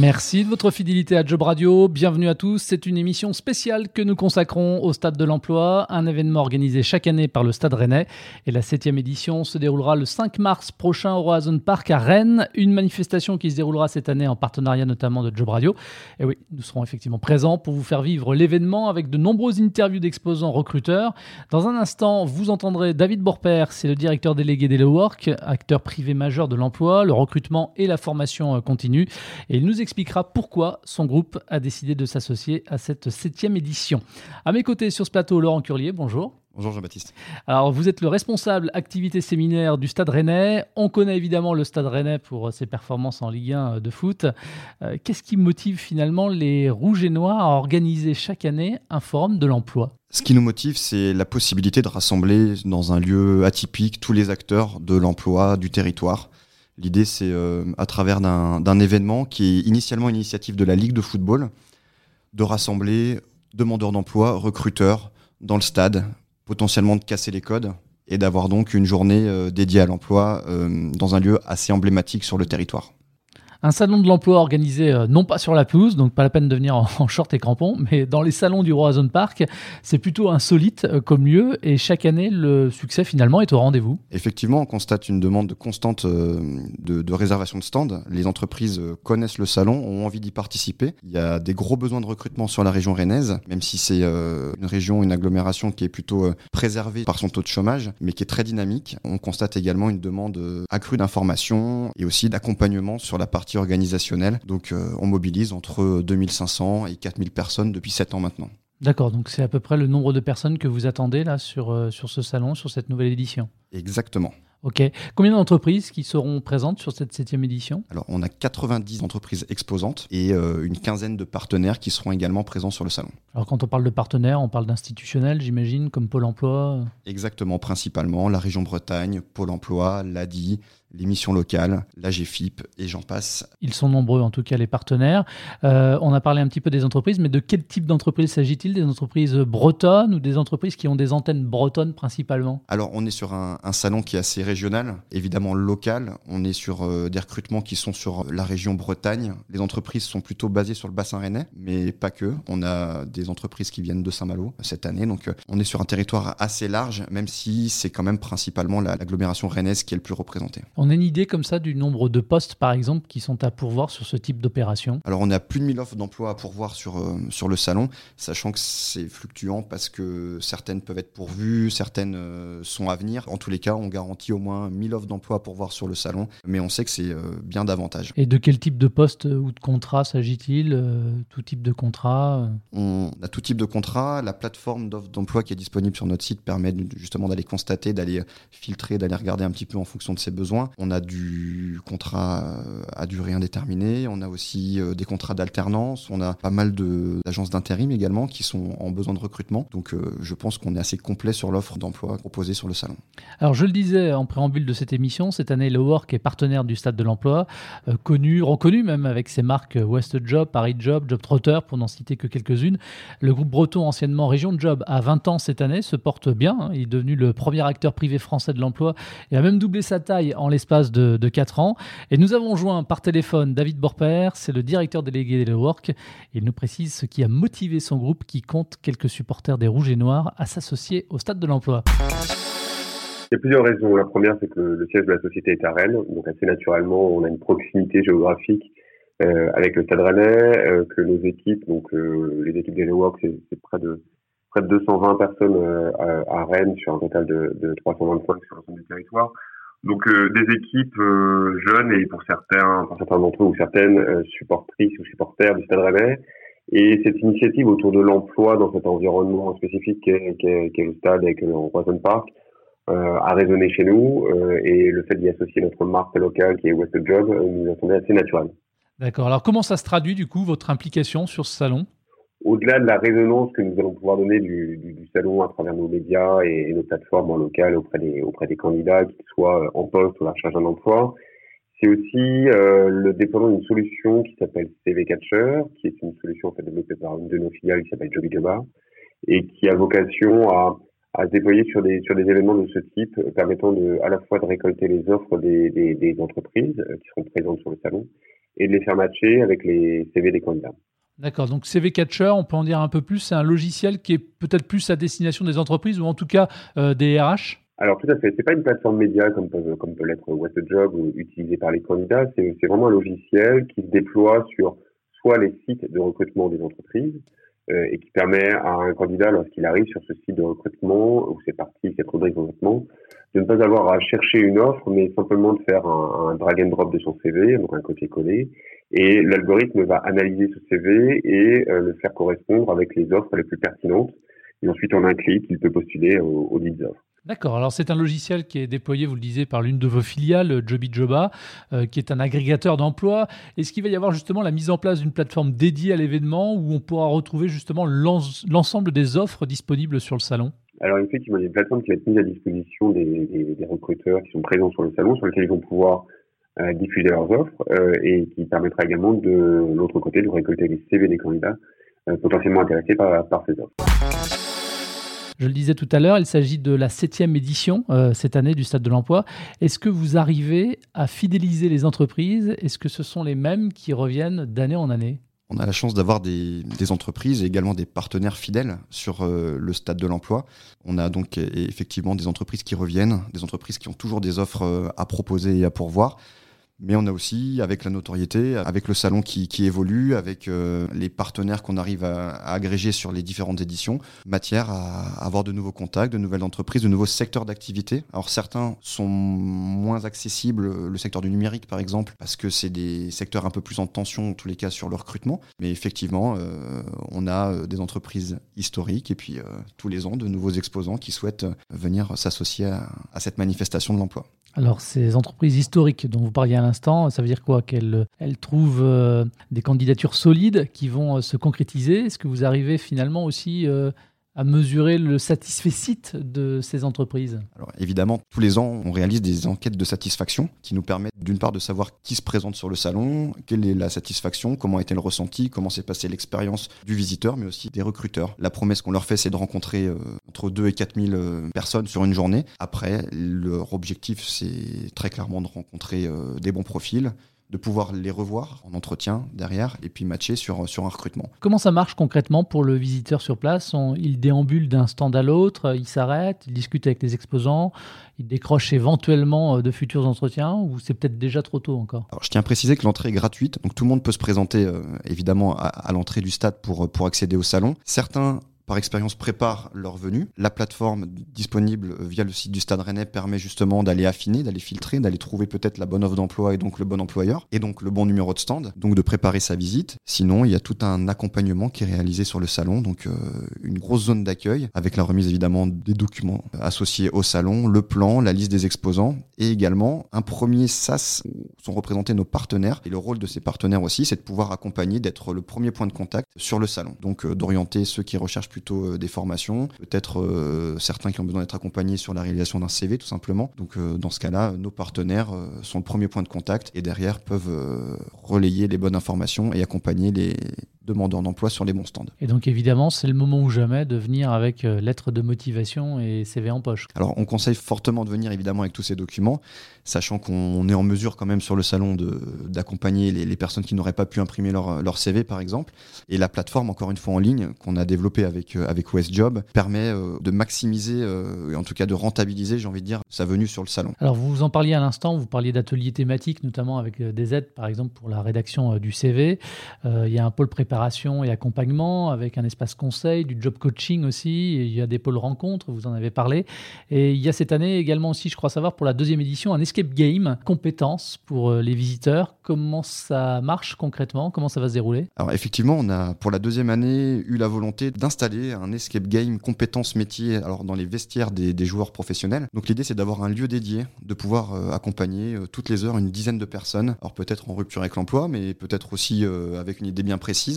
Merci de votre fidélité à Job Radio. Bienvenue à tous. C'est une émission spéciale que nous consacrons au Stade de l'Emploi, un événement organisé chaque année par le Stade Rennais. Et la 7e édition se déroulera le 5 mars prochain au Horizon Park à Rennes. Une manifestation qui se déroulera cette année en partenariat notamment de Job Radio. Et oui, nous serons effectivement présents pour vous faire vivre l'événement avec de nombreuses interviews d'exposants recruteurs. Dans un instant, vous entendrez David Borpère, c'est le directeur délégué d'Hello Work, acteur privé majeur de l'emploi, le recrutement et la formation continue. Et il nous expliquera pourquoi son groupe a décidé de s'associer à cette 7e édition. À mes côtés sur ce plateau, Laurent Curlier, bonjour. Bonjour Jean-Baptiste. Alors vous êtes le responsable activité séminaire du Stade Rennais. On connaît évidemment le Stade Rennais pour ses performances en Ligue 1 de foot. Qu'est-ce qui motive finalement les Rouges et Noirs à organiser chaque année un forum de l'emploi ? Ce qui nous motive, c'est la possibilité de rassembler dans un lieu atypique tous les acteurs de l'emploi, du territoire. L'idée, c'est à travers d'un événement qui est initialement une initiative de la Ligue de football, de rassembler demandeurs d'emploi, recruteurs dans le stade, potentiellement de casser les codes et d'avoir donc une journée dédiée à l'emploi dans un lieu assez emblématique sur le territoire. Un salon de l'emploi organisé non pas sur la pelouse, donc pas la peine de venir en short et crampons, mais dans les salons du Horizon Park. C'est plutôt insolite comme lieu et chaque année, le succès finalement est au rendez-vous. Effectivement, on constate une demande constante de réservation de stands. Les entreprises connaissent le salon, ont envie d'y participer. Il y a des gros besoins de recrutement sur la région rennaise, même si c'est une région, une agglomération qui est plutôt préservée par son taux de chômage, mais qui est très dynamique. On constate également une demande accrue d'information et aussi d'accompagnement sur la partie organisationnelle. Donc on mobilise entre 2500 et 4000 personnes depuis 7 ans maintenant. D'accord, donc c'est à peu près le nombre de personnes que vous attendez là sur ce salon, sur cette nouvelle édition. Exactement. Ok. Combien d'entreprises qui seront présentes sur cette 7e édition ? Alors, on a 90 entreprises exposantes et une quinzaine de partenaires qui seront également présents sur le salon. Alors, quand on parle de partenaires, on parle d'institutionnels, j'imagine, comme Pôle emploi. Exactement, principalement la région Bretagne, Pôle emploi, l'ADI, les missions locales, l'AGFIP et j'en passe. Ils sont nombreux, en tout cas, les partenaires. On a parlé un petit peu des entreprises, mais de quel type d'entreprise s'agit-il ? Des entreprises bretonnes ou des entreprises qui ont des antennes bretonnes principalement ? Alors, on est sur un salon qui est assez régional, évidemment local. On est sur des recrutements qui sont sur la région Bretagne. Les entreprises sont plutôt basées sur le bassin rennais, mais pas que. On a des entreprises qui viennent de Saint-Malo cette année. Donc, on est sur un territoire assez large, même si c'est quand même principalement l'agglomération rennaise qui est le plus représentée. On a une idée comme ça du nombre de postes, par exemple, qui sont à pourvoir sur ce type d'opération ? Alors, on a plus de 1000 offres d'emploi à pourvoir sur le salon, sachant que c'est fluctuant parce que certaines peuvent être pourvues, certaines sont à venir. En tous les cas, on garantit au moins 1000 offres d'emploi à pourvoir sur le salon, mais on sait que c'est bien davantage. Et de quel type de poste ou de contrat s'agit-il ? Tout type de contrat On a tout type de contrat. La plateforme d'offres d'emploi qui est disponible sur notre site permet justement d'aller constater, d'aller filtrer, d'aller regarder un petit peu en fonction de ses besoins. On a du contrat à durée indéterminée, on a aussi des contrats d'alternance, on a pas mal d'agences d'intérim également qui sont en besoin de recrutement. Donc je pense qu'on est assez complet sur l'offre d'emploi proposée sur le salon. Alors je le disais en préambule de cette émission, cette année Hello Work est partenaire du Stade de l'Emploi, reconnu même avec ses marques West Job, Paris Job, Job Trotter pour n'en citer que quelques-unes. Le groupe breton anciennement Région Job a 20 ans cette année, se porte bien, il est devenu le premier acteur privé français de l'emploi et a même doublé sa taille en l'espace de 4 ans. Et nous avons joint par téléphone David Borpère, c'est le directeur délégué d'Hello Work. Il nous précise ce qui a motivé son groupe qui compte quelques supporters des Rouges et Noirs à s'associer au Stade de l'Emploi. Il y a plusieurs raisons. La première, c'est que le siège de la société est à Rennes, donc assez naturellement, on a une proximité géographique avec le Stade Rennais, que nos équipes, donc les équipes d'Hello Work, c'est près de 220 personnes à Rennes sur un total de 325 sur l'ensemble du territoire. Donc des équipes jeunes et pour certains d'entre eux ou certaines supportrices ou supporters du Stade Rennais. Et cette initiative autour de l'emploi dans cet environnement spécifique qu'est le stade avec le Horizon Park a résonné chez nous et le fait d'y associer notre marque locale qui est West Job nous a semblé assez naturel. D'accord. Alors comment ça se traduit du coup votre implication sur ce salon ? Au-delà de la résonance que nous allons pouvoir donner du salon à travers nos médias et nos plateformes locales auprès des candidats, qu'ils soient en poste ou à la recherche d'un emploi, c'est aussi le déploiement d'une solution qui s'appelle CV Catcher, qui est une solution en fait développée par une de nos filiales qui s'appelle Jobijoba et qui a vocation à se déployer sur des événements de ce type, permettant à la fois de récolter les offres des entreprises qui seront présentes sur le salon et de les faire matcher avec les CV des candidats. D'accord, donc CV Catcher, on peut en dire un peu plus, c'est un logiciel qui est peut-être plus à destination des entreprises ou en tout cas des RH? Alors tout à fait, c'est pas une plateforme média comme peut l'être What a Job ou utilisée par les candidats, c'est vraiment un logiciel qui se déploie sur soit les sites de recrutement des entreprises et qui permet à un candidat, lorsqu'il arrive sur ce site de recrutement ou cette rubrique de recrutement, de ne pas avoir à chercher une offre, mais simplement de faire un drag and drop de son CV, donc un copier-coller, et l'algorithme va analyser ce CV et le faire correspondre avec les offres les plus pertinentes. Et ensuite, en un clic, il peut postuler aux dites offres. D'accord, alors c'est un logiciel qui est déployé, vous le disiez, par l'une de vos filiales, Jobijoba, qui est un agrégateur d'emploi. Est-ce qu'il va y avoir justement la mise en place d'une plateforme dédiée à l'événement où on pourra retrouver justement l'ensemble des offres disponibles sur le salon? Alors effectivement, il y a une plateforme qui va être mise à disposition des recruteurs qui sont présents sur le salon, sur lequel ils vont pouvoir diffuser leurs offres et qui permettra également de l'autre côté de récolter les CV des candidats potentiellement intéressés par ces offres. Je le disais tout à l'heure, il s'agit de la 7e édition cette année du Stade de l'Emploi. Est-ce que vous arrivez à fidéliser les entreprises? Est-ce que ce sont les mêmes qui reviennent d'année en année? On a la chance d'avoir des entreprises et également des partenaires fidèles sur le Stade de l'Emploi. On a donc effectivement des entreprises qui reviennent, des entreprises qui ont toujours des offres à proposer et à pourvoir. Mais on a aussi, avec la notoriété, avec le salon qui évolue, avec les partenaires qu'on arrive à agréger sur les différentes éditions, matière à avoir de nouveaux contacts, de nouvelles entreprises, de nouveaux secteurs d'activité. Alors certains sont moins accessibles, le secteur du numérique par exemple, parce que c'est des secteurs un peu plus en tension, en tous les cas, sur le recrutement. Mais effectivement, on a des entreprises historiques et puis tous les ans, de nouveaux exposants qui souhaitent venir s'associer à cette manifestation de l'emploi. Alors, ces entreprises historiques dont vous parliez à l'instant, ça veut dire quoi? Qu'elles trouvent des candidatures solides qui vont se concrétiser? Est-ce que vous arrivez finalement aussi à mesurer le satisfecit de ces entreprises? Alors évidemment, tous les ans, on réalise des enquêtes de satisfaction qui nous permettent d'une part de savoir qui se présente sur le salon, quelle est la satisfaction, comment a été le ressenti, comment s'est passée l'expérience du visiteur, mais aussi des recruteurs. La promesse qu'on leur fait, c'est de rencontrer entre 2 et 4 000 personnes sur une journée. Après, leur objectif, c'est très clairement de rencontrer des bons profils, de pouvoir les revoir en entretien derrière et puis matcher sur un recrutement. Comment ça marche concrètement pour le visiteur sur place? Il déambule d'un stand à l'autre, il s'arrête, il discute avec les exposants, il décroche éventuellement de futurs entretiens ou c'est peut-être déjà trop tôt encore? Alors, je tiens à préciser que l'entrée est gratuite, donc tout le monde peut se présenter évidemment à l'entrée du stade pour accéder au salon. Certains par expérience, préparent leur venue. La plateforme disponible via le site du Stade Rennais permet justement d'aller affiner, d'aller filtrer, d'aller trouver peut-être la bonne offre d'emploi et donc le bon employeur et donc le bon numéro de stand, donc de préparer sa visite. Sinon, il y a tout un accompagnement qui est réalisé sur le salon, donc une grosse zone d'accueil avec la remise évidemment des documents associés au salon, le plan, la liste des exposants et également un premier SAS où sont représentés nos partenaires. Et le rôle de ces partenaires aussi, c'est de pouvoir accompagner, d'être le premier point de contact sur le salon. Donc d'orienter ceux qui recherchent plutôt des formations, peut-être certains qui ont besoin d'être accompagnés sur la réalisation d'un CV tout simplement. Donc dans ce cas-là, nos partenaires sont le premier point de contact et derrière peuvent relayer les bonnes informations et accompagner les demandeurs d'emploi sur les bons stands. Et donc évidemment, c'est le moment ou jamais de venir avec lettre de motivation et CV en poche. Alors on conseille fortement de venir évidemment avec tous ces documents, sachant qu'on est en mesure quand même sur le salon d'accompagner les personnes qui n'auraient pas pu imprimer leur CV par exemple. Et la plateforme, encore une fois en ligne, qu'on a développée avec WestJob, permet de maximiser, en tout cas de rentabiliser, j'ai envie de dire, sa venue sur le salon. Alors vous en parliez à l'instant, vous parliez d'ateliers thématiques, notamment avec des aides par exemple pour la rédaction du CV. Il y a un pôle préparation et accompagnement avec un espace conseil, du job coaching aussi, et il y a des pôles rencontres, vous en avez parlé. Et il y a cette année également aussi, je crois savoir, pour la 2e édition, un escape game, compétences pour les visiteurs. Comment ça marche concrètement? Comment ça va se dérouler? Alors effectivement, on a pour la 2e année eu la volonté d'installer un escape game compétences métiers alors dans les vestiaires des joueurs professionnels. Donc l'idée c'est d'avoir un lieu dédié, de pouvoir accompagner toutes les heures une dizaine de personnes, alors peut-être en rupture avec l'emploi, mais peut-être aussi avec une idée bien précise,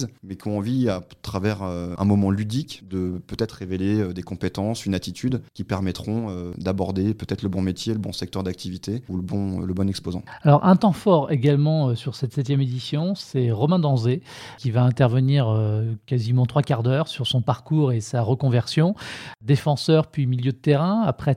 entreprises, mais qui ont envie, à travers un moment ludique, de peut-être révéler des compétences, une attitude qui permettront d'aborder peut-être le bon métier, le bon secteur d'activité ou le bon exposant. Alors, un temps fort également sur cette 7e édition, c'est Romain Danzé qui va intervenir quasiment 3 quarts d'heure sur son parcours et sa reconversion. Défenseur puis milieu de terrain, après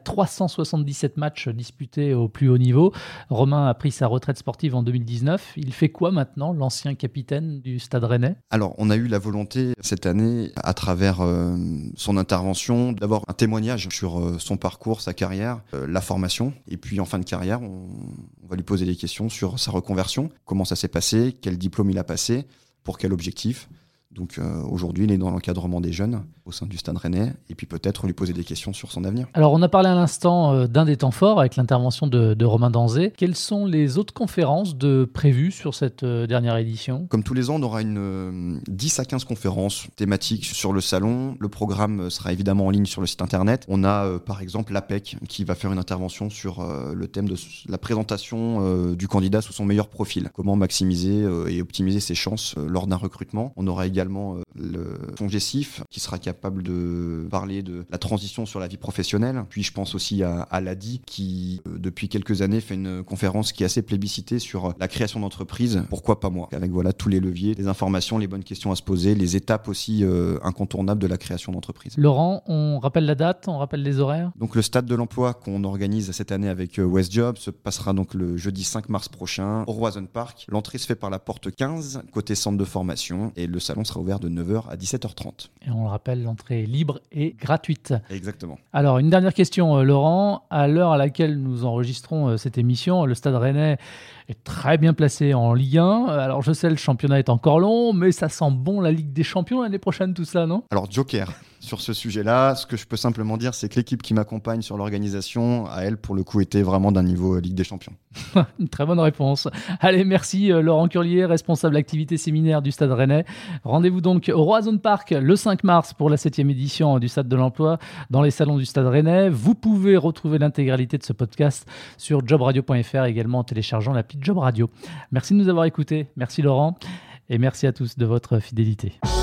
377 matchs disputés au plus haut niveau, Romain a pris sa retraite sportive en 2019. Il fait quoi maintenant, l'ancien capitaine du Stade Rennais ? Alors, on a eu la volonté cette année, à travers son intervention, d'avoir un témoignage sur son parcours, sa carrière, la formation. Et puis, en fin de carrière, on va lui poser des questions sur sa reconversion, comment ça s'est passé, quel diplôme il a passé, pour quel objectif. Donc aujourd'hui, il est dans l'encadrement des jeunes au sein du Stade Rennais et puis peut-être lui poser des questions sur son avenir. Alors, on a parlé à l'instant d'un des temps forts avec l'intervention de Romain Danzé. Quelles sont les autres conférences prévues sur cette dernière édition ? Comme tous les ans, on aura 10 à 15 conférences thématiques sur le salon. Le programme sera évidemment en ligne sur le site internet. On a par exemple l'APEC qui va faire une intervention sur le thème de la présentation du candidat sous son meilleur profil. Comment maximiser et optimiser ses chances lors d'un recrutement. On aura également le FONGECIF qui sera capable de parler de la transition sur la vie professionnelle. Puis je pense aussi à l'ADI qui depuis quelques années fait une conférence qui est assez plébiscitée sur la création d'entreprise. Pourquoi pas moi ? Avec tous les leviers, les informations, les bonnes questions à se poser, les étapes aussi incontournables de la création d'entreprise. Laurent, on rappelle la date, on rappelle les horaires ? Donc le Stade de l'Emploi qu'on organise cette année avec Westjob se passera donc le jeudi 5 mars prochain au Roison Park. L'entrée se fait par la porte 15, côté centre de formation, et le salon sera ouvert de 9h à 17h30. Et on le rappelle, l'entrée est libre et gratuite. Exactement. Alors, une dernière question, Laurent. À l'heure à laquelle nous enregistrons cette émission, le Stade Rennais est très bien placé en Ligue 1. Alors, je sais, le championnat est encore long, mais ça sent bon la Ligue des Champions l'année prochaine, tout ça, non ? Alors, Joker, sur ce sujet-là, ce que je peux simplement dire, c'est que l'équipe qui m'accompagne sur l'organisation, à elle, pour le coup, était vraiment d'un niveau Ligue des Champions. Une très bonne réponse. Allez, merci Laurent Curlier, responsable activité séminaire du Stade Rennais. Rendez-vous donc au Roison Park le 5 mars pour la 7e édition du Stade de l'Emploi dans les salons du Stade Rennais. Vous pouvez retrouver l'intégralité de ce podcast sur jobradio.fr, également en téléchargeant l'appli Job Radio. Merci de nous avoir écoutés. Merci Laurent et merci à tous de votre fidélité.